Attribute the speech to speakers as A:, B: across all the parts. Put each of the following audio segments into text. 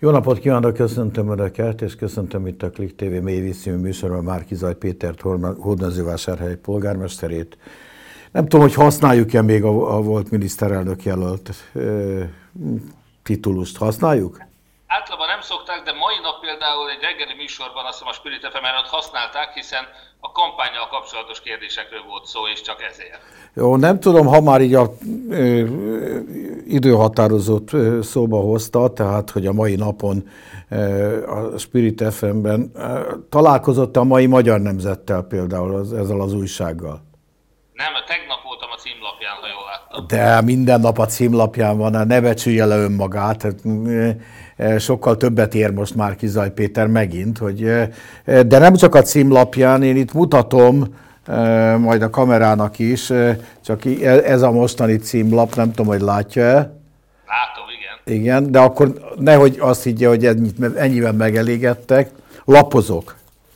A: Jó napot kívánok, köszöntöm Önöket, és köszöntöm itt a Klik TV mélyvíz című műsorban Márki-Zay Pétert, Hódmezővásárhely polgármesterét. Nem tudom, hogy használjuk-e még a volt miniszterelnök jelölt titulust. Használjuk?
B: Általában nem szokták, de mai nap például egy reggeli műsorban, azt hiszem a Spirit FM-en ott használták, hiszen a kampánnyal kapcsolatos kérdésekről volt szó, és csak ezért.
A: Jó, nem tudom, ha már így a időhatározót szóba hozta, tehát, hogy a mai napon a Spirit FM-ben találkozott a mai Magyar Nemzettel például ezzel az újsággal.
B: Nem, tegnap voltam a címlapján, ha jól láttam.
A: De minden nap a címlapján van, ne becsülje le önmagát. Sokkal többet ér most Márki-Zay Péter megint, de nem csak a címlapján, én itt mutatom, majd a kamerának is, csak ez a mostani címlap, nem tudom, hogy látja-e.
B: Látom, igen.
A: Igen, de akkor nehogy azt higgye, hogy ennyiben megelégedtek. Lapozok.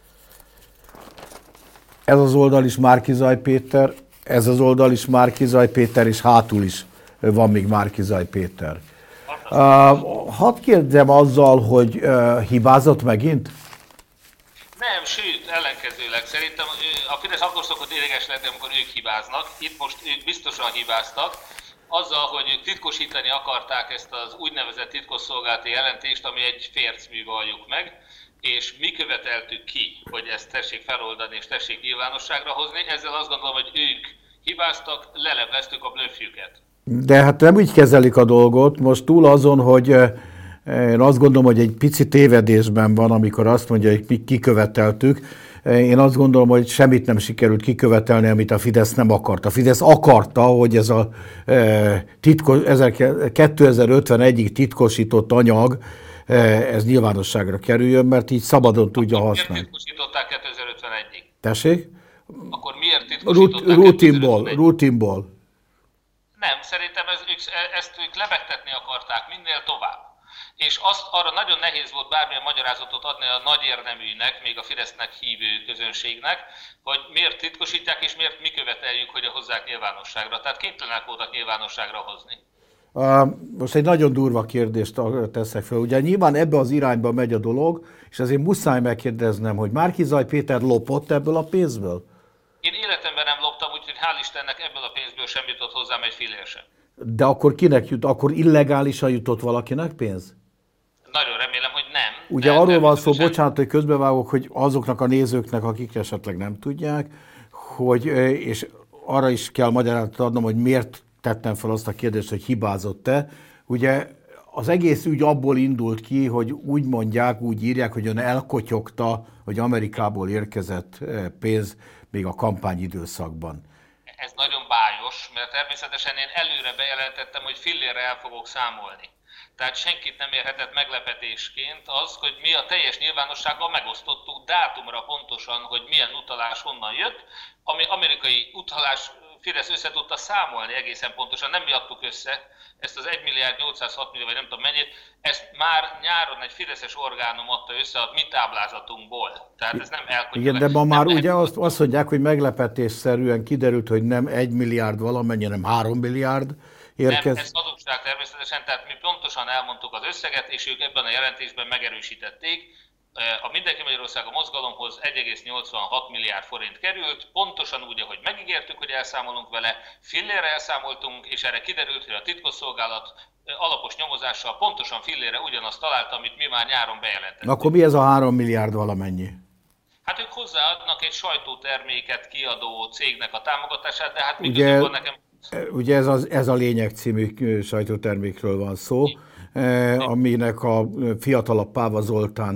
A: Ez az oldal is Márki-Zay Péter, ez az oldal is Márki-Zay Péter, és hátul is van még Márki-Zay Péter. Hadd kérdezem azzal, hogy hibázott megint?
B: Nem, sőt, ellenkezőleg. Szerintem a Fidesz akkor szokott ideges lenni, amikor ők hibáznak. Itt most ők biztosan hibáztak. Azzal, hogy ők titkosítani akarták ezt az úgynevezett titkosszolgálati jelentést, ami egy fércmű, valljuk meg, és mi követeltük ki, hogy ezt tessék feloldani és tessék nyilvánosságra hozni. Ezzel azt gondolom, hogy ők hibáztak, lelepleztük a blöffjüket.
A: De hát nem úgy kezelik a dolgot, most túl azon, hogy én azt gondolom, hogy egy pici tévedésben van, amikor azt mondja, hogy mi kiköveteltük. Én azt gondolom, hogy semmit nem sikerült kikövetelni, amit a Fidesz nem akart. A Fidesz akarta, hogy ez a 2051-ig titkosított anyag, ez nyilvánosságra kerüljön, mert így szabadon tudja használni.
B: Miért titkosították 2051-ig?
A: Tessék?
B: Akkor miért titkosították
A: Rutinból.
B: Nem, szerintem ezt ők lebegtetni akarták minél tovább. És arra nagyon nehéz volt bármilyen magyarázatot adni a nagy érdeműnek, még a Fidesznek hívő közönségnek, hogy miért titkosítják és miért mi követeljük, hogy hozzák nyilvánosságra. Tehát képtelenek voltak nyilvánosságra hozni.
A: Most egy nagyon durva kérdést teszek fel. Ugye nyilván ebbe az irányba megy a dolog, és azért muszáj megkérdeznem, hogy Márki-Zay Péter lopott ebből a pénzből?
B: Én életemben nem loptam, úgyhogy hál' Istennek ebből a pénzből sem jutott hozzám egy fillér sem.
A: De akkor kinek jut? Akkor illegálisan jutott valakinek pénz?
B: Nagyon remélem, hogy nem.
A: Ugye arról van szó, bocsánat, hogy közbevágok, hogy azoknak a nézőknek, akik esetleg nem tudják, hogy, és arra is kell magyarázatot adnom, hogy miért tettem fel azt a kérdést, hogy hibázott-e. Ugye az egész ügy abból indult ki, hogy úgy mondják, úgy írják, hogy ön elkotyogta, hogy Amerikából érkezett pénz még a kampányidőszakban.
B: Ez nagyon bájos, mert természetesen én előre bejelentettem, hogy fillérre el fogok számolni. Tehát senkit nem érhetett meglepetésként az, hogy mi a teljes nyilvánossággal megosztottuk dátumra pontosan, hogy milyen utalás honnan jött, ami amerikai utalás Fidesz össze tudta számolni egészen pontosan, nem mi adtuk össze ezt az 1 milliárd 806 millió, vagy nem tudom mennyit, ezt már nyáron egy fideszes orgánum adta össze a mi táblázatunkból. Tehát ez nem elkotyogás.
A: Igen, de ma már ugye azt mondják, hogy meglepetésszerűen kiderült, hogy nem 1 milliárd valamennyi, hanem 3 milliárd érkez. Nem,
B: ez hazugság természetesen, tehát mi pontosan elmondtuk az összeget, és ők ebben a jelentésben megerősítették. A Mindenki Magyarország a mozgalomhoz 1,86 milliárd forint került, pontosan úgy, ahogy megígértük, hogy elszámolunk vele, fillére elszámoltunk, és erre kiderült, hogy a titkosszolgálat alapos nyomozással pontosan fillére ugyanazt találta, amit mi már nyáron bejelentettünk.
A: Akkor mi ez a 3 milliárd valamennyi?
B: Hát ők hozzáadnak egy sajtóterméket kiadó cégnek a támogatását, de hát
A: ugye,
B: van nekem...
A: Ugye ez a Lényeg című sajtótermékről van szó, aminek a fiatalabb Páva Zoltán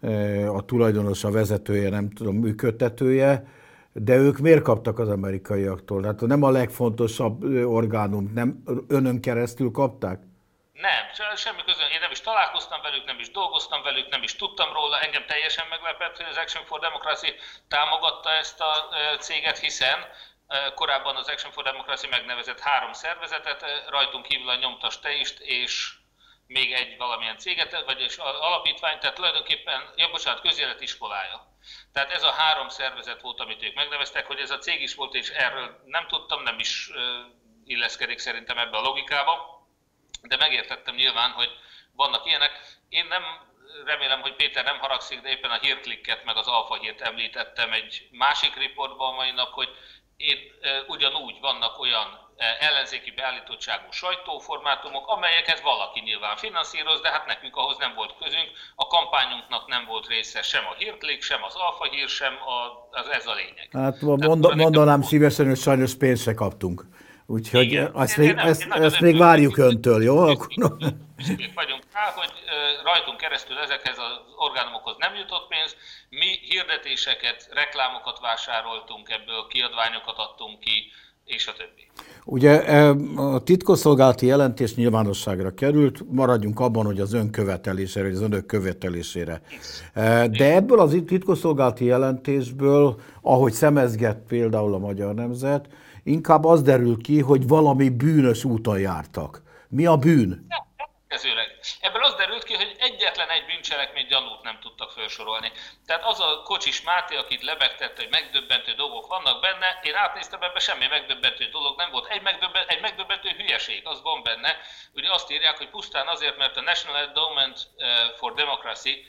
A: a tulajdonosa, vezetője, nem tudom, működtetője, de ők miért kaptak az amerikaiaktól? Hát nem a legfontosabb orgánum, nem önön keresztül kapták?
B: Nem, semmi közön. Én nem is találkoztam velük, nem is dolgoztam velük, nem is tudtam róla. Engem teljesen meglepett, hogy az Action for Democracy támogatta ezt a céget, hiszen korábban az Action for Democracy megnevezett 3 szervezetet, rajtunk kívül a Nyomtas Teist és még egy valamilyen céget, vagyis alapítvány, tehát tulajdonképpen, közéletiskolája. Tehát ez a 3 szervezet volt, amit ők megneveztek, hogy ez a cég is volt, és erről nem tudtam, nem is illeszkedik szerintem ebbe a logikába, de megértettem nyilván, hogy vannak ilyenek. Én nem remélem, hogy Péter nem haragszik, de éppen a hírklikket meg az Alfa hírt említettem egy másik riportban a mai nap, hogy én ugyanúgy vannak olyan ellenzéki beállítottságú sajtóformátumok, amelyeket valaki nyilván finanszíroz, de hát nekünk ahhoz nem volt közünk, a kampányunknak nem volt része sem a hírklik, sem az Alfa hír, sem ez a lényeg.
A: Hát mondanám szívesen, hogy sajnos pénzt se kaptunk. Úgyhogy ezt még várjuk öntől, jó?
B: Büszkék vagyunk rá, hogy rajtunk keresztül ezekhez az orgánumokhoz nem jutott pénz. Mi hirdetéseket, reklámokat vásároltunk ebből, kiadványokat adtunk ki, és a többi.
A: Ugye a titkosszolgálati jelentés nyilvánosságra került, maradjunk abban, hogy az ön követelésére, vagy az önök követelésére. De ebből az titkosszolgálati jelentésből, ahogy szemezget például a Magyar Nemzet, inkább az derül ki, hogy valami bűnös úton jártak. Mi a bűn?
B: Ebből az derült ki, hogy egyetlen egy bűncselekmény gyanút nem tudtak felsorolni. Tehát az a Kocsis Máté, akit lebegtette, hogy megdöbbentő dolgok vannak benne, én átnéztem, ebben semmi megdöbbentő dolog nem volt. Egy megdöbbentő hülyeség, az van benne. Ugye azt írják, hogy pusztán azért, mert a National Endowment for Democracy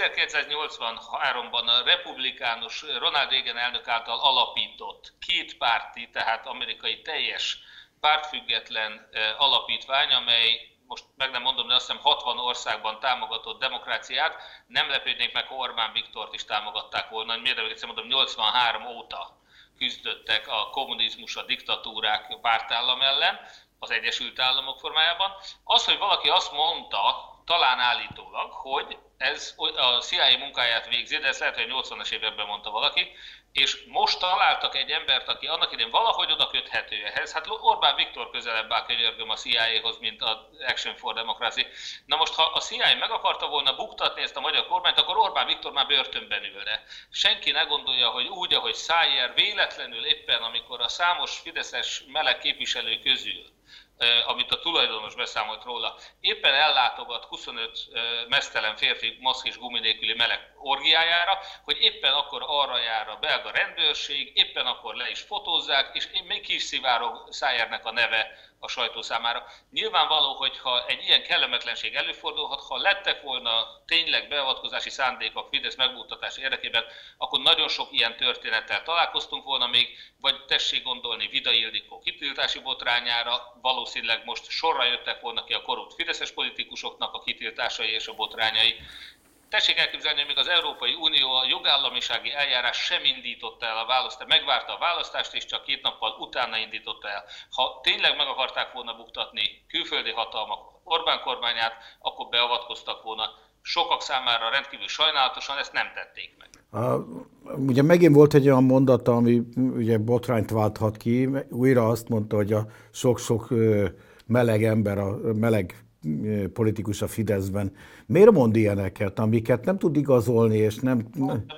B: 1983-ban a republikánus Ronald Reagan elnök által alapított kétpárti, tehát amerikai teljes pártfüggetlen alapítvány, amely most meg nem mondom, de azt hiszem 60 országban támogatott demokráciát, nem lepődnék meg, ha Orbán Viktort is támogatták volna. Miért egyszer mondom, 83 óta küzdöttek a kommunizmus, a diktatúrák, a pártállam ellen, az Egyesült Államok formájában. Az, hogy valaki azt mondta, talán állítólag, hogy ez a CIA munkáját végzi, de ezt lehet, hogy 80-as években mondta valaki, és most találtak egy embert, aki annak idején valahogy oda köthető ehhez. Hát Orbán Viktor közelebb áll, könyörgöm, a CIA-hoz, mint a Action for Democracy. Na most, ha a CIA meg akarta volna buktatni ezt a magyar kormányt, akkor Orbán Viktor már börtönben ülne. Senki ne gondolja, hogy úgy, ahogy Szájer véletlenül éppen, amikor a számos fideszes meleg képviselő közül, amit a tulajdonos beszámolt róla, éppen ellátogat 25 meztelen férfi maszk és gumi nélküli meleg orgiájára, hogy éppen akkor arra jár a belga rendőrség, éppen akkor le is fotózzák, és még ki is szivárog Szájernek a neve a sajtó számára. Nyilvánvaló, hogyha egy ilyen kellemetlenség előfordulhat, ha lettek volna tényleg beavatkozási szándékok Fidesz megbuktatása érdekében, akkor nagyon sok ilyen történettel találkoztunk volna még, vagy tessék gondolni Vida Ildikó kitiltási botrányára, valószínűleg most sorra jöttek volna ki a korrupt fideszes politikusoknak a kitiltásai és a botrányai. Tessék elképzelni, hogy még az Európai Unió a jogállamisági eljárás sem indította el a választást, megvárta a választást, és csak 2 nappal utána indította el. Ha tényleg meg akarták volna buktatni külföldi hatalmak Orbán kormányát, akkor beavatkoztak volna. Sokak számára rendkívül sajnálatosan ezt nem tették meg.
A: Ugye megint volt egy olyan mondata, ami ugye botrányt válthat ki, újra azt mondta, hogy a sok-sok meleg ember, a meleg politikus a Fideszben. Miért mond ilyeneket, amiket nem tud igazolni, és nem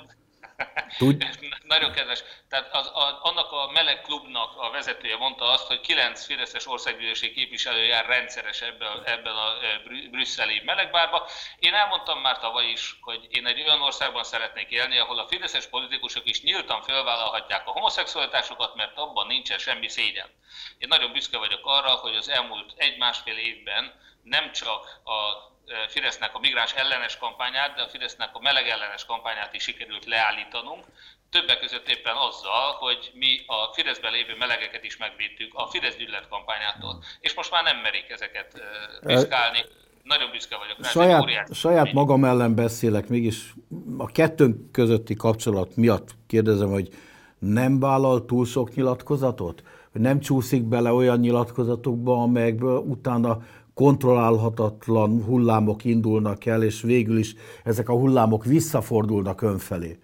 A: tud?
B: Nagyon kedves. Tehát annak a meleg klubnak a vezetője mondta azt, hogy 9 fideszes országgyűlési képviselő jár rendszeres ebben a brüsszeli melegbárba. Én elmondtam már tavaly is, hogy én egy olyan országban szeretnék élni, ahol a fideszes politikusok is nyíltan felvállalhatják a homoszexualitásukat, mert abban nincsen semmi szégyen. Én nagyon büszke vagyok arra, hogy az elmúlt 1-1,5 évben nem csak a Fidesznek a migráns ellenes kampányát, de a Fidesznek a meleg ellenes kampányát is sikerült leállítanunk. Többek között éppen azzal, hogy mi a Fideszben lévő melegeket is megvédtük a Fidesz gyűlölet kampányától. És most már nem merik ezeket piszkálni. Nagyon büszke vagyok rá.
A: Saját magam ellen beszélek, mégis a kettőnk közötti kapcsolat miatt kérdezem, hogy nem vállal túl sok nyilatkozatot? Hogy nem csúszik bele olyan nyilatkozatokba, amelyekből utána kontrollálhatatlan hullámok indulnak el, és végül is ezek a hullámok visszafordulnak önfelé.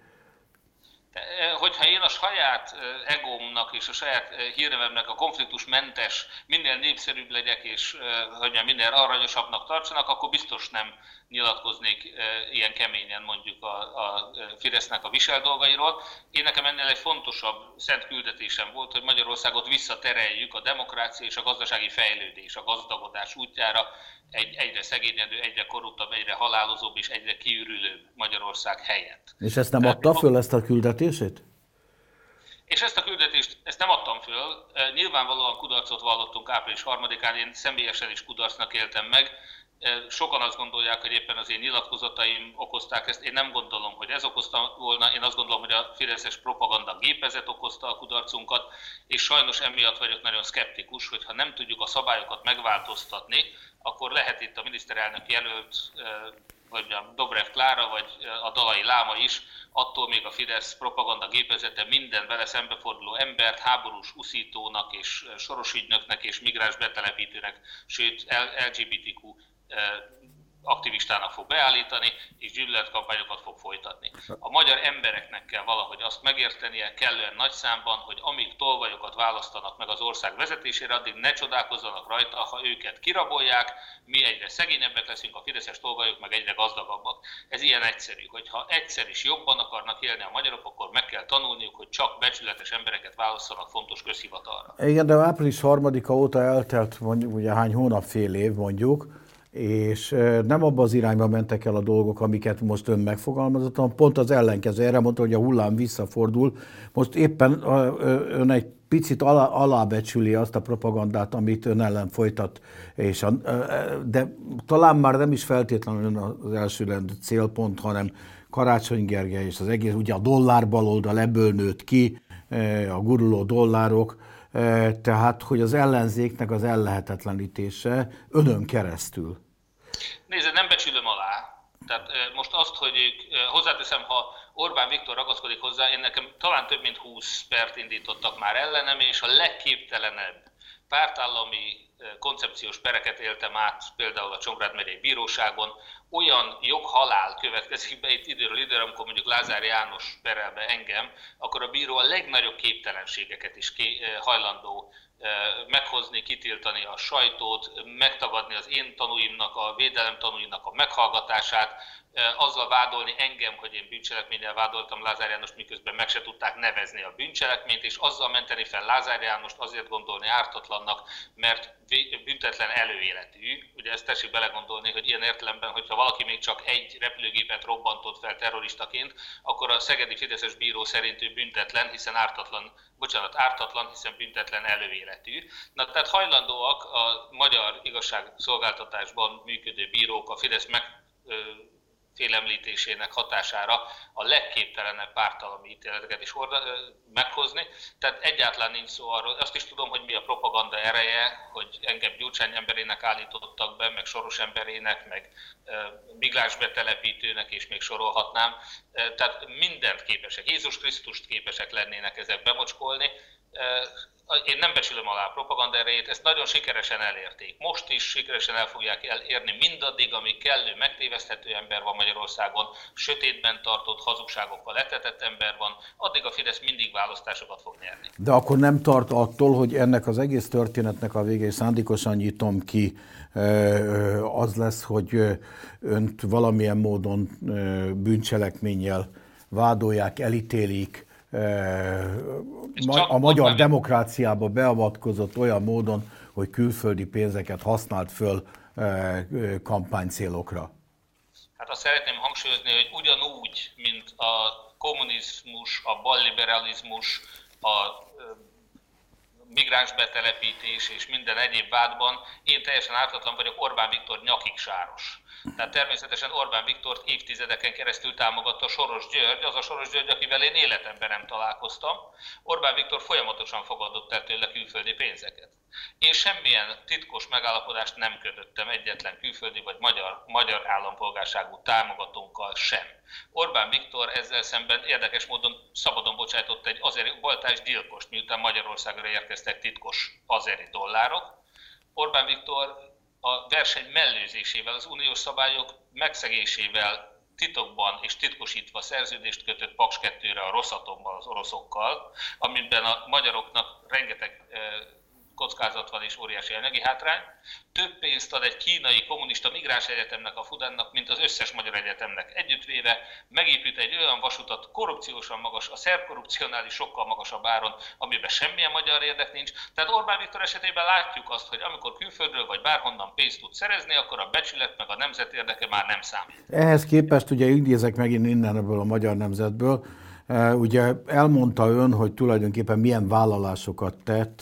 B: Hogyha én a saját egómnak és a saját hírnevemnek a konfliktusmentes, minél népszerűbb legyek, és hogy minél aranyosabbnak tartsanak, akkor biztos nem nyilatkoznék ilyen keményen mondjuk a Fidesznek a visel dolgairól. Én nekem ennél egy fontosabb szent küldetésem volt, hogy Magyarországot visszatereljük a demokrácia és a gazdasági fejlődés, a gazdagodás útjára egy egyre szegényedő, egyre korruptabb, egyre halálozóbb és egyre kiürülőbb Magyarország helyett.
A: És ezt nem adta föl, ezt a küldetését?
B: És ezt a küldetést nem adtam föl. Nyilvánvalóan kudarcot vallottunk április 3-án, én személyesen is kudarcnak éltem meg. Sokan azt gondolják, hogy éppen az én nyilatkozataim okozták ezt. Én nem gondolom, hogy ez okozta volna. Én azt gondolom, hogy a fideszes propaganda gépezet okozta a kudarcunkat, és sajnos emiatt vagyok nagyon szkeptikus, hogy ha nem tudjuk a szabályokat megváltoztatni, akkor lehet itt a miniszterelnök jelölt, vagy a Dobrev Klára, vagy a Dalai Láma is, attól még a Fidesz propaganda gépezete minden vele szembeforduló embert háborús uszítónak és soros ügynöknek és migráns betelepítőnek, sőt LGBTQ aktivistának fog beállítani, és gyűlöletkampányokat fog folytatni. A magyar embereknek kell valahogy azt megértenie kellően nagy számban, hogy amíg tolvajokat választanak meg az ország vezetésére, addig ne csodálkozzanak rajta, ha őket kirabolják, mi egyre szegényebbek leszünk, a fideszes tolvajok meg egyre gazdagabbak. Ez ilyen egyszerű, hogyha egyszer is jobban akarnak élni a magyarok, akkor meg kell tanulniuk, hogy csak becsületes embereket válasszanak fontos közhivatalra.
A: Igen, de április 3-a óta eltelt mondjuk ugye hány hónap, fél év mondjuk, és nem abba az irányba mentek el a dolgok, amiket most ön megfogalmazott, hanem pont az ellenkező. Erre mondta, hogy a hullám visszafordul. Most éppen ön egy picit alábecsüli azt a propagandát, amit ön ellen folytat, de talán már nem is feltétlenül az elsőrendű célpont, hanem Karácsony Gergely és az egész, ugye a dollárbaloldal ebből nőtt ki, a guruló dollárok, tehát, hogy az ellenzéknek az ellehetetlenítése önön keresztül.
B: Nézd, nem becsülöm alá. Tehát most azt, hogy ők, hozzáteszem, ha Orbán Viktor ragaszkodik hozzá, én nekem talán több mint 20 pert indítottak már ellenem, és a legképtelenebb pártállami koncepciós pereket éltem át, például a Csongrád megyei bíróságon, olyan joghalál következik be itt időről időre, amikor mondjuk Lázár János perel be engem, akkor a bíró a legnagyobb képtelenségeket is hajlandó meghozni, kitiltani a sajtót, megtagadni az én tanúimnak, a védelem tanúimnak a meghallgatását, azzal vádolni engem, hogy én bűncselekménnyel vádoltam Lázár Jánost, miközben meg se tudták nevezni a bűncselekményt, és azzal menteni fel Lázár Jánost, azért gondolni ártatlannak, mert büntetlen előéletű. Ugye ezt tessék belegondolni, hogy ilyen értelemben, hogyha valaki még csak egy repülőgépet robbantott fel terroristaként, akkor a szegedi fideszes bíró szerint ő büntetlen, hiszen ártatlan, hiszen büntetlen előéletű. Na, tehát hajlandóak a magyar igazságszolgáltatásban működő bírók a Fidesz félemlítésének hatására a legképtelenebb pártállami ítéleteket is meghozni. Tehát egyáltalán nincs szó arról. Azt is tudom, hogy mi a propaganda ereje, hogy engem Gyurcsány emberének állítottak be, meg Soros emberének, meg migráns betelepítőnek, és még sorolhatnám. Tehát mindent képesek. Jézus Krisztust képesek lennének ezek bemocskolni. Én nem becsülöm alá a propaganda erejét, ezt nagyon sikeresen elérték. Most is sikeresen el fogják elérni mindaddig, amíg kellő megtéveszthető ember van Magyarországon, sötétben tartott, hazugságokkal etetett ember van, addig a Fidesz mindig választásokat fog nyerni.
A: De akkor nem tart attól, hogy ennek az egész történetnek a végén, szándékosan nyitom ki, az lesz, hogy önt valamilyen módon bűncselekménnyel vádolják, elítélik, a magyar demokráciába beavatkozott olyan módon, hogy külföldi pénzeket használt föl kampánycélokra. Hát
B: azt szeretném hangsúlyozni, hogy ugyanúgy, mint a kommunizmus, a balliberalizmus, a migráns betelepítés és minden egyéb vádban, én teljesen ártatlan vagyok, Orbán Viktor nyakig sáros. Tehát természetesen Orbán Viktort évtizedeken keresztül támogatta Soros György, az a Soros György, akivel én életemben nem találkoztam. Orbán Viktor folyamatosan fogadott el tőle külföldi pénzeket. Én semmilyen titkos megállapodást nem kötöttem egyetlen külföldi vagy magyar állampolgárságú támogatónkkal sem. Orbán Viktor ezzel szemben érdekes módon szabadon bocsájtott egy azeri baltás gyilkost, miután Magyarországra érkeztek titkos azeri dollárok. Orbán Viktor a verseny mellőzésével, az uniós szabályok megszegésével titokban és titkosítva szerződést kötött Paks 2-re a Rosatommal, az oroszokkal, amiben a magyaroknak rengeteg kockázat van és óriási anyagi hátrány. Több pénzt ad egy kínai kommunista migráns egyetemnek, a Fudannak, mint az összes magyar egyetemnek együttvéve. Megépült egy olyan vasutat korrupciósan magas, a szerb korrupciónál is sokkal magasabb áron, amiben semmilyen magyar érdek nincs. Tehát Orbán Viktor esetében látjuk azt, hogy amikor külföldről vagy bárhonnan pénzt tud szerezni, akkor a becsület meg a nemzet érdeke már nem számít.
A: Ehhez képest ugye idézek megint innen ebből a Magyar Nemzetből. Ugye elmondta ön, hogy tulajdonképpen milyen vállalásokat tett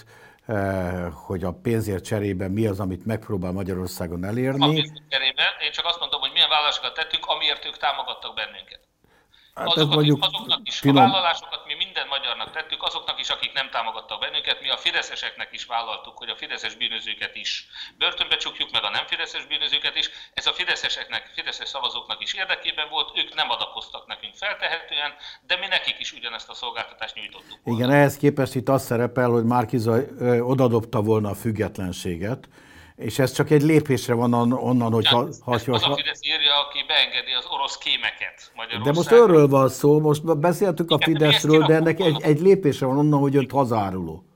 A: hogy a pénzért cserében mi az, amit megpróbál Magyarországon elérni.
B: A pénzért cserében én csak azt mondom, hogy milyen vállalásokat tettünk, amiért ők támogattak bennünket.
A: Hát ez mondjuk
B: Azoknak is
A: finom.
B: a vállalásokat mi minden magyarnak tettük, azoknak is, akik nem támogattak bennünket, mi a fideszeseknek is vállaltuk, hogy a fideszes bűnözőket is börtönbe csukjuk, meg a nem fideszes bűnözőket is. Ez a fideszes szavazóknak is érdekében volt, ők nem adakoztak nekünk feltehetően, de mi nekik is ugyanezt a szolgáltatást nyújtottuk.
A: Igen, ehhez képest itt azt szerepel, hogy Márki-Zay odadobta volna a függetlenséget, és ez csak egy lépésre van onnan, hogy...
B: Az a Fidesz írja, aki beengedi az orosz kémeket Magyarországon.
A: De most örről van szó, most beszéltük a Fideszről, de ennek egy lépésre van onnan, hogy önt hazáruló.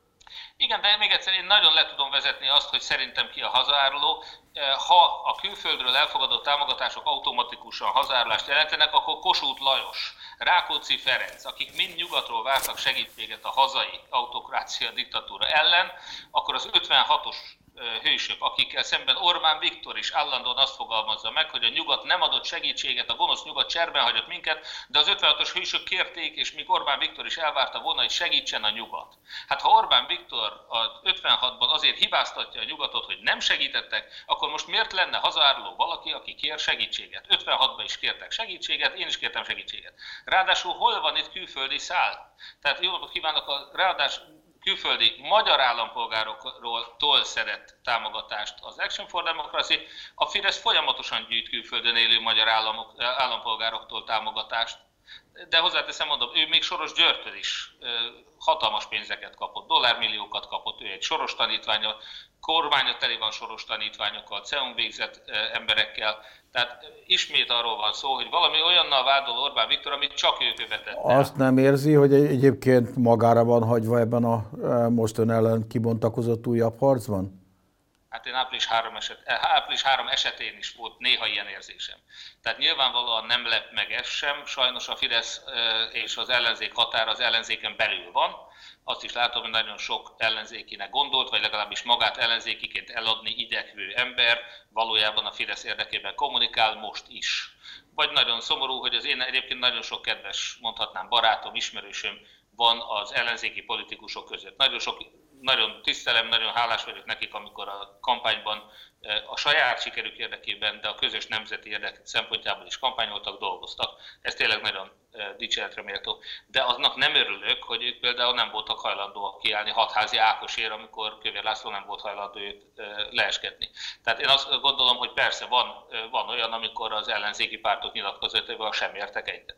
B: Igen, de még egyszer én nagyon le tudom vezetni azt, hogy szerintem ki a hazáruló. Ha a külföldről elfogadott támogatások automatikusan hazárulást jelentenek, akkor Kossuth Lajos, Rákóczi Ferenc, akik mind nyugatról vártak segítséget a hazai autokrácia diktatúra ellen, akkor az 56-os hősök, akikkel szemben Orbán Viktor is állandóan azt fogalmazza meg, hogy a nyugat nem adott segítséget, a gonosz nyugat cserben hagyott minket, de az 56-os hősök kérték, és még Orbán Viktor is elvárta volna, hogy segítsen a nyugat. Hát ha Orbán Viktor a 56-ban azért hibáztatja a nyugatot, hogy nem segítettek, akkor most miért lenne hazáruló valaki, aki kér segítséget? 56-ban is kértek segítséget, én is kértem segítséget. Ráadásul hol van itt külföldi szál? Tehát jó napot kívánok, külföldi magyar állampolgároktól szedett támogatást az Action for Democracy. A Fidesz folyamatosan gyűjt külföldön élő magyar állampolgároktól támogatást. De hozzáteszem, mondom, ő még Soros Györgytől is hatalmas pénzeket kapott, dollármilliókat kapott, ő egy soros tanítványa, kormánya teli van soros tanítványokkal, CEUN végzett emberekkel. Tehát ismét arról van szó, hogy valami olyannal vádol Orbán Viktor, amit csak ő követett.
A: Azt nem érzi, hogy egyébként magára van hagyva ebben a most ön ellen kibontakozott újabb harcban?
B: Hát én április 3 esetén is volt néha ilyen érzésem. Tehát nyilvánvalóan nem lep meg ez sem, sajnos a Fidesz és az ellenzék határa az ellenzéken belül van. Azt is látom, hogy nagyon sok ellenzékinek gondolt, vagy legalábbis magát ellenzékiként eladni igyekvő ember valójában a Fidesz érdekében kommunikál most is. Vagy nagyon szomorú, hogy az én egyébként nagyon sok kedves, mondhatnám barátom, ismerősöm van az ellenzéki politikusok között. Nagyon tisztelem, nagyon hálás vagyok nekik, amikor a kampányban a saját sikerük érdekében, de a közös nemzeti érdek szempontjából is kampányoltak, dolgoztak. Ez tényleg nagyon dicséretre méltó. De aznak nem örülök, hogy ők például nem voltak hajlandóak kiállni Hatházi Ákosért, amikor Kövér László nem volt hajlandó őt leesketni. Tehát én azt gondolom, hogy persze van olyan, amikor az ellenzéki pártok nyilatkozatával sem értek egyet.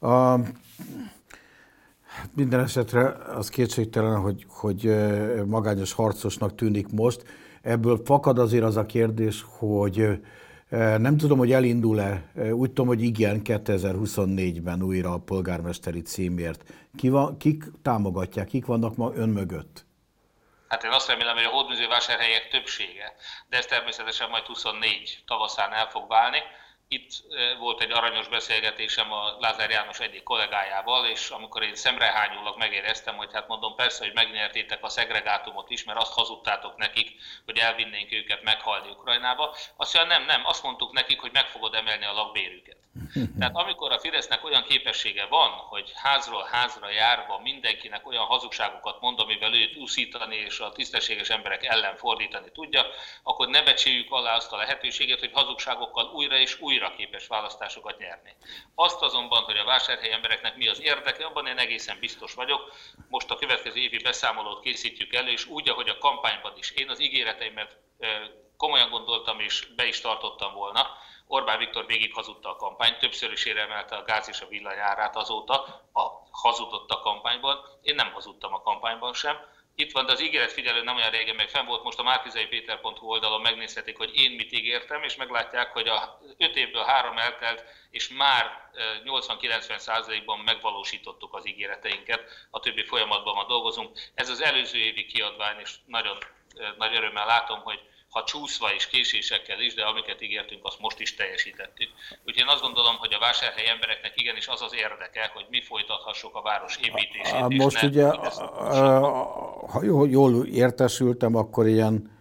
A: Minden esetre az kétségtelen, hogy magányos harcosnak tűnik most. Ebből fakad azért az a kérdés, hogy nem tudom, hogy elindul-e, úgy tudom, hogy igen, 2024-ben újra a polgármesteri címért. Kik támogatják, kik vannak ma ön mögött?
B: Hát én azt remélem, hogy a hódműzővásárhelyek többsége, de ez természetesen majd 24 tavaszán el fog válni. Itt volt egy aranyos beszélgetésem a Lázár János egyik kollégájával, és amikor én szemrehányólag megéreztem, hogy hát mondom, persze, hogy megnyertétek a szegregátumot is, mert azt hazudtátok nekik, hogy elvinnénk őket meghalni Ukrajnába. Azt mondja, nem, azt mondtuk nekik, hogy meg fogod emelni a lakbérüket. Tehát amikor a Fidesznek olyan képessége van, hogy házról házra járva mindenkinek olyan hazugságokat mond, amivel őt úszítani és a tisztességes emberek ellen fordítani tudja, akkor ne becsüljük alá azt a lehetőséget, hogy hazugságokkal újra és újra képes választásokat nyerni. Azt azonban, hogy a vásárhelyi embereknek mi az érdeke, abban én egészen biztos vagyok. Most a következő évi beszámolót készítjük elő, és úgy, ahogy a kampányban is. Én az ígéreteimet komolyan gondoltam és be is tartottam volna. Orbán Viktor végig hazudta a kampányt, többször is emelte a gáz és a villany árát azóta, hazudott a kampányban. Én nem hazudtam a kampányban sem. Itt van, de az ígéretfigyelő nem olyan régen, meg fenn volt, most a márkizaipeter.hu oldalon megnézhetik, hogy én mit ígértem, és meglátják, hogy a 5 évből 3 eltelt, és már 80-90%-ban megvalósítottuk az ígéreteinket, a többi folyamatban ma dolgozunk. Ez az előző évi kiadvány, és nagyon nagy örömmel látom, hogy ha csúszva és késésekkel is, de amiket ígértünk, azt most is teljesítettük. Úgyhogy én azt gondolom, hogy a vásárhelyi embereknek igenis az az érdeke, hogy mi folytathassuk a város építését.
A: Most ugye, ha jól értesültem, akkor ilyen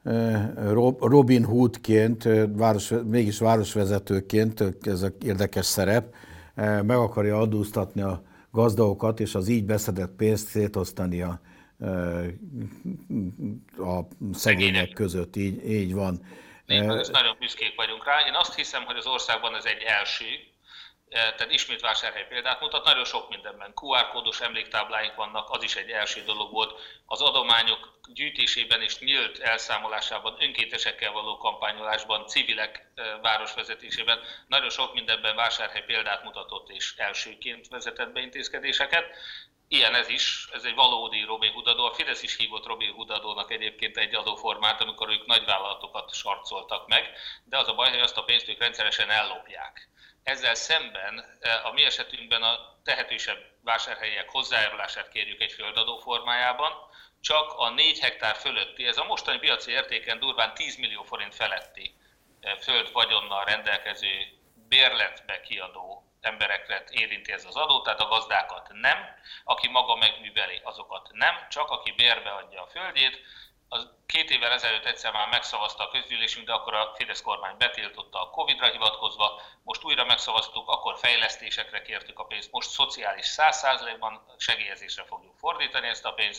A: Robin Hoodként, mégis városvezetőként, ez az érdekes szerep, meg akarja adóztatni a gazdagokat, és az így beszedett pénzt szétosztani a a szegények között, így van.
B: És nagyon büszkék vagyunk rá. Én azt hiszem, hogy az országban ez egy első, tehát ismét Vásárhely példát mutat, nagyon sok mindenben. QR-kódos emléktábláink vannak, az is egy első dolog volt. Az adományok gyűjtésében és nyílt elszámolásában, önkéntesekkel való kampányolásban, civilek városvezetésében nagyon sok mindenben Vásárhely példát mutatott és elsőként vezetett be intézkedéseket. Ilyen ez is, ez egy valódi Robin Hood adó. A Fidesz is hívott Robin Hood adónak egyébként egy adóformát, amikor ők nagyvállalatokat sarcoltak meg, de az a baj, hogy azt a pénzt ők rendszeresen ellopják. Ezzel szemben a mi esetünkben a tehetősebb vásárhelyiek hozzájárulását kérjük egy földadó formájában, csak a 4 hektár fölötti, ez a mostani piaci értéken durván 10 millió forint feletti föld vagyonnal rendelkező bérletbe kiadó emberekre érinti ez az adó, tehát a gazdákat nem, aki maga megműveli, azokat nem, csak aki bérbe adja a földjét. Az 2 évvel ezelőtt egyszer már megszavazta a közgyűlésünk, de akkor a Fidesz kormány betiltotta a Covid-ra hivatkozva, most újra megszavaztuk, akkor fejlesztésekre kértük a pénzt, most szociális 100%-ban segélyezésre fogjuk fordítani ezt a pénzt,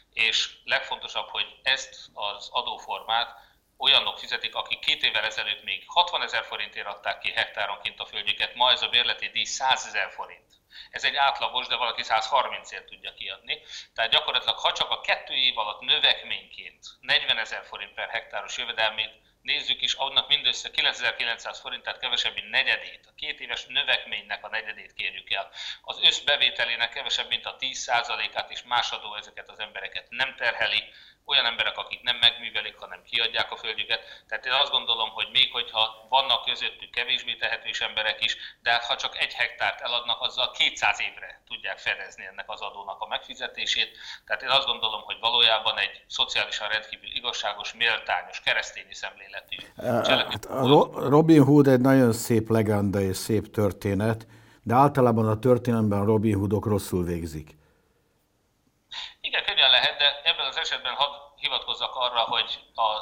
B: és legfontosabb, hogy ezt az adóformát olyanok fizetik, akik 2 évvel ezelőtt még 60 000 forintért adták ki hektáronként a földjüket, ma ez a bérleti díj 100 000 forint. Ez egy átlagos, de valaki 130-ért tudja kiadni. Tehát gyakorlatilag, ha csak a 2 év alatt növekményként 40 000 forint per hektáros jövedelmét nézzük is, annak mindössze 9900 forint, tehát kevesebb, mint negyedét. A 2 éves növekménynek a negyedét kérjük el. Az összbevételének kevesebb, mint a 10%-át, és más adó ezeket az embereket nem terheli. Olyan emberek, akik nem megművelik, hanem kiadják a földjüket. Tehát én azt gondolom, hogy még hogyha vannak közöttük kevésbé tehetős emberek is, de hát ha csak 1 hektárt eladnak, azzal 200 évre tudják fedezni ennek az adónak a megfizetését. Tehát én azt gondolom, hogy valójában egy szociálisan rendkívül igazságos, méltányos, keresztényi szemléletű
A: cselekmény. Robin Hood egy nagyon szép legenda és szép történet, de általában a történelemben a Robin Hoodok rosszul végzik.
B: Igen, könnyen lehet, de ebben az esetben hadd hivatkozzak arra, hogy a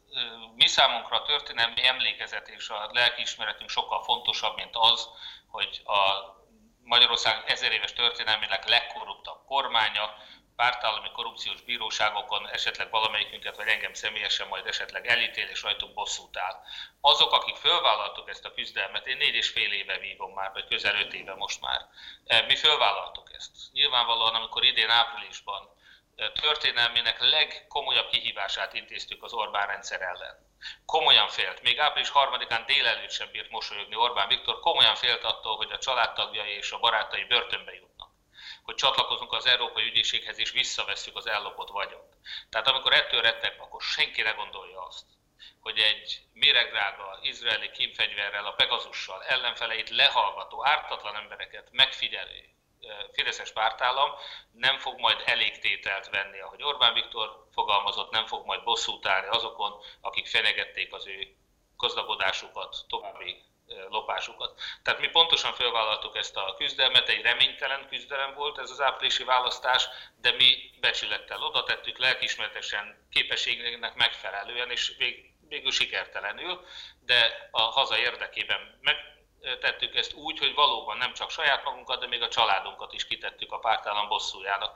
B: mi számunkra a történelmi emlékezet és a lelkiismeretünk sokkal fontosabb, mint az, hogy a Magyarország 1000 éves történelmének legkorruptabb kormánya pártállami korrupciós bíróságokon esetleg valamelyikünket, vagy engem személyesen majd esetleg elítél és rajtunk bosszút áll. Azok, akik fölvállaltuk ezt a küzdelmet, én 4,5 éve vívom már, vagy közel 5 éve most már, mi fölvállaltuk ezt. Nyilvánvalóan, amikor idén áprilisban történelmének legkomolyabb kihívását intéztük az Orbán rendszer ellen. Komolyan félt, még április 3-án délelőtt sem bírt mosolyogni Orbán Viktor, komolyan félt attól, hogy a családtagjai és a barátai börtönbe jutnak. Hogy csatlakozunk az Európai Ügyészséghez és visszavesszük az ellopott vagyont. Tehát amikor ettől rettek, akkor senki ne gondolja azt, hogy egy méregdrága izraeli kémfegyverrel, a Pegazussal ellenfeleit lehallgató, ártatlan embereket megfigyelő fideszes pártállam nem fog majd elégtételt venni, ahogy Orbán Viktor fogalmazott, nem fog majd bosszút állni azokon, akik fenyegették az ő gazdagodásukat, további lopásukat. Tehát mi pontosan felvállaltuk ezt a küzdelmet, egy reménytelen küzdelem volt ez az áprilisi választás, de mi becsülettel oda tettük, lelkiismeretesen képességnek megfelelően, és végül sikertelenül, de a haza érdekében megtettük ezt úgy, hogy valóban nem csak saját magunkat, de még a családunkat is kitettük a pártállam bosszújának.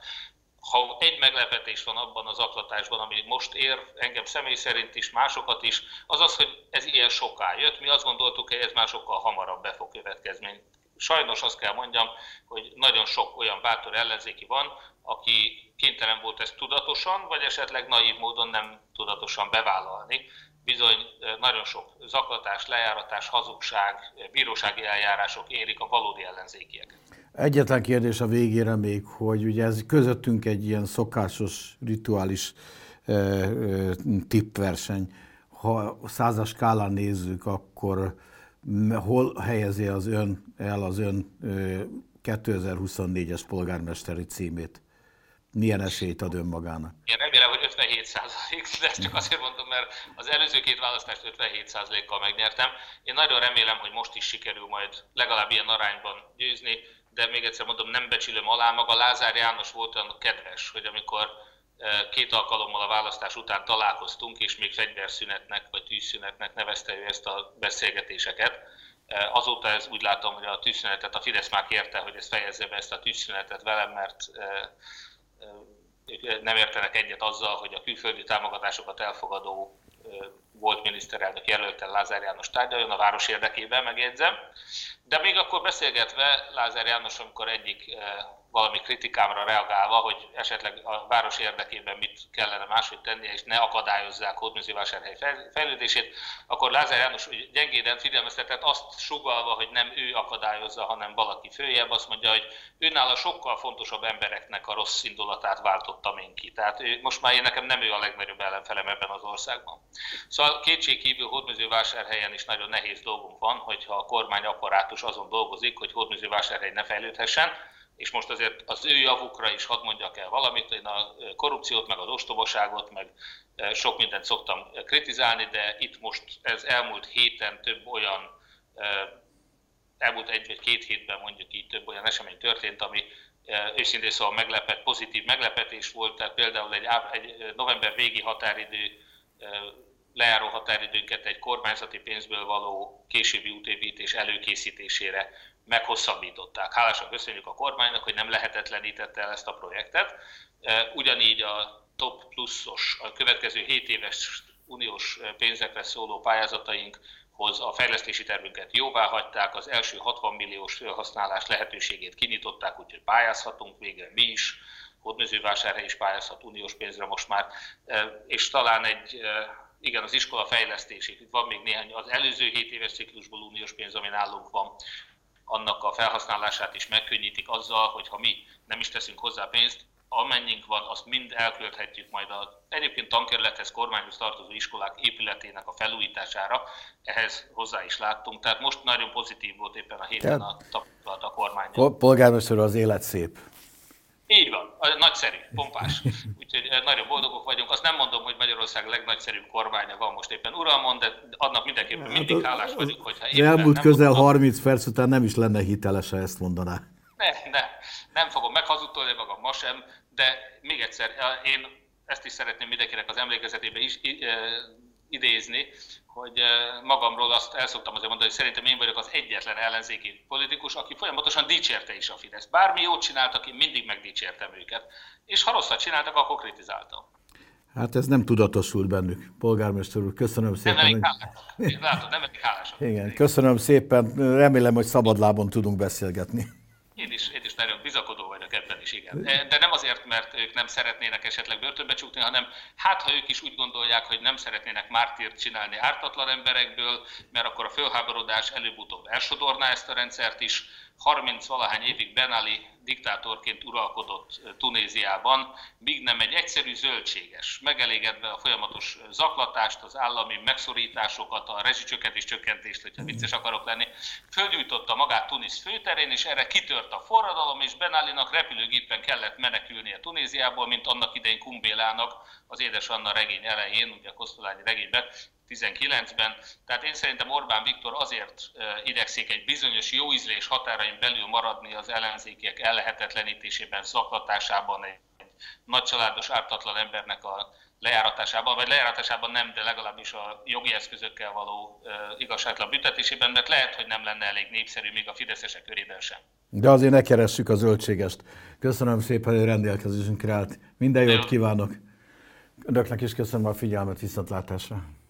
B: Ha egy meglepetés van abban az zaklatásban, ami most ér engem személy szerint is, másokat is, az az, hogy ez ilyen soká jött. Mi azt gondoltuk, hogy ez már sokkal hamarabb be fog következni. Sajnos azt kell mondjam, hogy nagyon sok olyan bátor ellenzéki van, aki kénytelen volt ezt tudatosan, vagy esetleg naív módon nem tudatosan bevállalni. Bizony nagyon sok zaklatás, lejáratás, hazugság, bírósági eljárások érik a valódi ellenzékieket.
A: Egyetlen kérdés a végére még, hogy ugye ez közöttünk egy ilyen szokásos, rituális tippverseny. Ha a 100-as skálán nézzük, akkor hol helyezi az ön 2024-es polgármesteri címét? Milyen esélyt ad önmagának?
B: Én remélem, hogy 57%, de ezt csak azért mondom, mert az előző 2 választást 57%-kal megnyertem. Én nagyon remélem, hogy most is sikerül majd legalább ilyen arányban győzni, de még egyszer mondom, nem becsülöm alá. Maga Lázár János volt olyan kedves, hogy amikor 2 alkalommal a választás után találkoztunk, és még fegyverszünetnek vagy tűzszünetnek nevezte ő ezt a beszélgetéseket. Azóta ez úgy látom, hogy a tűzszünetet, a Fidesz már kérte, hogy ezt fejezze be ezt a tűzszünetet velem, mert ők nem értenek egyet azzal, hogy a külföldi támogatásokat elfogadó volt miniszterelnök jelölten Lázár János tárgyaljon a város érdekében, megjegyzem. De még akkor beszélgetve Lázár János, amikor egyik valami kritikámra reagálva, hogy esetleg a város érdekében mit kellene máshogy tennie, és ne akadályozzák Hódmezővásárhely fejlődését, akkor Lázár János gyengéden figyelmeztetett, azt sugallva, hogy nem ő akadályozza, hanem valaki följebb, azt mondja, hogy őnála sokkal fontosabb embereknek a rossz indulatát váltottam én ki. Tehát most már nekem nem ő a legnagyobb ellenfelem ebben az országban. Szóval kétségkívül Hódmezővásárhelyen is nagyon nehéz dolgunk van, hogyha a kormányapparátus azon dolgozik, hogy Hódmezővásárhely ne fejlődhessen, és most azért az ő javukra is hadd mondjak el valamit, én a korrupciót, meg az ostobaságot, meg sok mindent szoktam kritizálni, de itt most ez elmúlt héten több olyan, elmúlt egy vagy két hétben mondjuk így több olyan esemény történt, ami őszintén szóval meglepett, pozitív meglepetés volt, tehát például egy november végi határidő, lejáró határidőnket egy kormányzati pénzből való későbbi útépítés előkészítésére meghosszabbították. Hálásan köszönjük a kormánynak, hogy nem lehetetlenítette el ezt a projektet. Ugyanígy a TOP pluszos, a következő 7 éves uniós pénzekre szóló pályázatainkhoz a fejlesztési tervünket jóvá hagyták, az első 60 milliós felhasználás lehetőségét kinyitották, úgyhogy pályázhatunk végre mi is, Hódmezővásárhely is pályázhat uniós pénzre most már, és talán igen, az iskola fejlesztésig. Itt van még néhány, az előző 7 éves ciklusból uniós pénz, ami nálunk van, annak a felhasználását is megkönnyítik azzal, hogy ha mi nem is teszünk hozzá pénzt, amennyink van, azt mind elkölthetjük majd egyébként tankerülethez, kormányhoz tartozó iskolák épületének a felújításására, ehhez hozzá is láttunk. Tehát most nagyon pozitív volt éppen a héten a tapasztalat a kormányon.
A: Polgármester, az élet szép.
B: Így van, nagyszerű, pompás. Úgyhogy nagyon boldogok vagyunk. Azt nem mondom, hogy Magyarország legnagyszerűbb kormánya van most éppen uralmon, de annak mindenképpen mindig hálás vagyunk, hogyha éppen
A: elmúlt közel 30 perc után nem is lenne hiteles, ha ezt mondaná.
B: Nem fogom meghazudtolni magam ma sem, de még egyszer, én ezt is szeretném mindenkinek az emlékezetébe is idézni, hogy magamról azt el szoktam azért mondani, hogy szerintem én vagyok az egyetlen ellenzéki politikus, aki folyamatosan dicsérte is a Fideszt. Bármi jót csináltak, én mindig megdicsértem őket. És ha rosszat csináltak, akkor kritizáltam.
A: Hát ez nem tudatosult bennük. Polgármester úr, köszönöm szépen.
B: Nem elég hálásak. Látod, nem elég hálásak.
A: Igen, köszönöm szépen. Remélem, hogy szabadlábon tudunk beszélgetni.
B: Én is nagyon bizakodó vagyok ebben is, igen. De nem azért, mert ők nem szeretnének esetleg börtönbe csukni, hanem hát, ha ők is úgy gondolják, hogy nem szeretnének mártírt csinálni ártatlan emberekből, mert akkor a fölháborodás előbb-utóbb elsodorná ezt a rendszert is. 30-valahány évig Ben Ali diktátorként uralkodott Tunéziában, míg nem egy egyszerű zöldséges, megelégedve a folyamatos zaklatást, az állami megszorításokat, a rezsicsökkentés csökkentést, hogyha vicces akarok lenni, fölgyújtotta magát Tunisz főterén, és erre kitört a forradalom, és Ben Alinak repülőgépen kellett menekülnie Tunéziából, mint annak idején Kumbélának az Édes Anna regény elején, ugye a Kosztolányi regényben, 19-ben. Tehát én szerintem Orbán Viktor azért idegszik egy bizonyos jó ízlés határain belül maradni az ellenzékiek ellehetetlenítésében, zaklatásában, egy nagycsaládos ártatlan embernek a lejáratásában, vagy lejáratásában nem, de legalábbis a jogi eszközökkel való igazságtalan büntetésében, mert lehet, hogy nem lenne elég népszerű még a fideszesek körében sem.
A: De azért ne keressük a zöldségest. Köszönöm szépen, hogy rendelkezésünkre állt. Minden jót kívánok! Önöknek is köszönöm a figyelmet, viszontlátásra!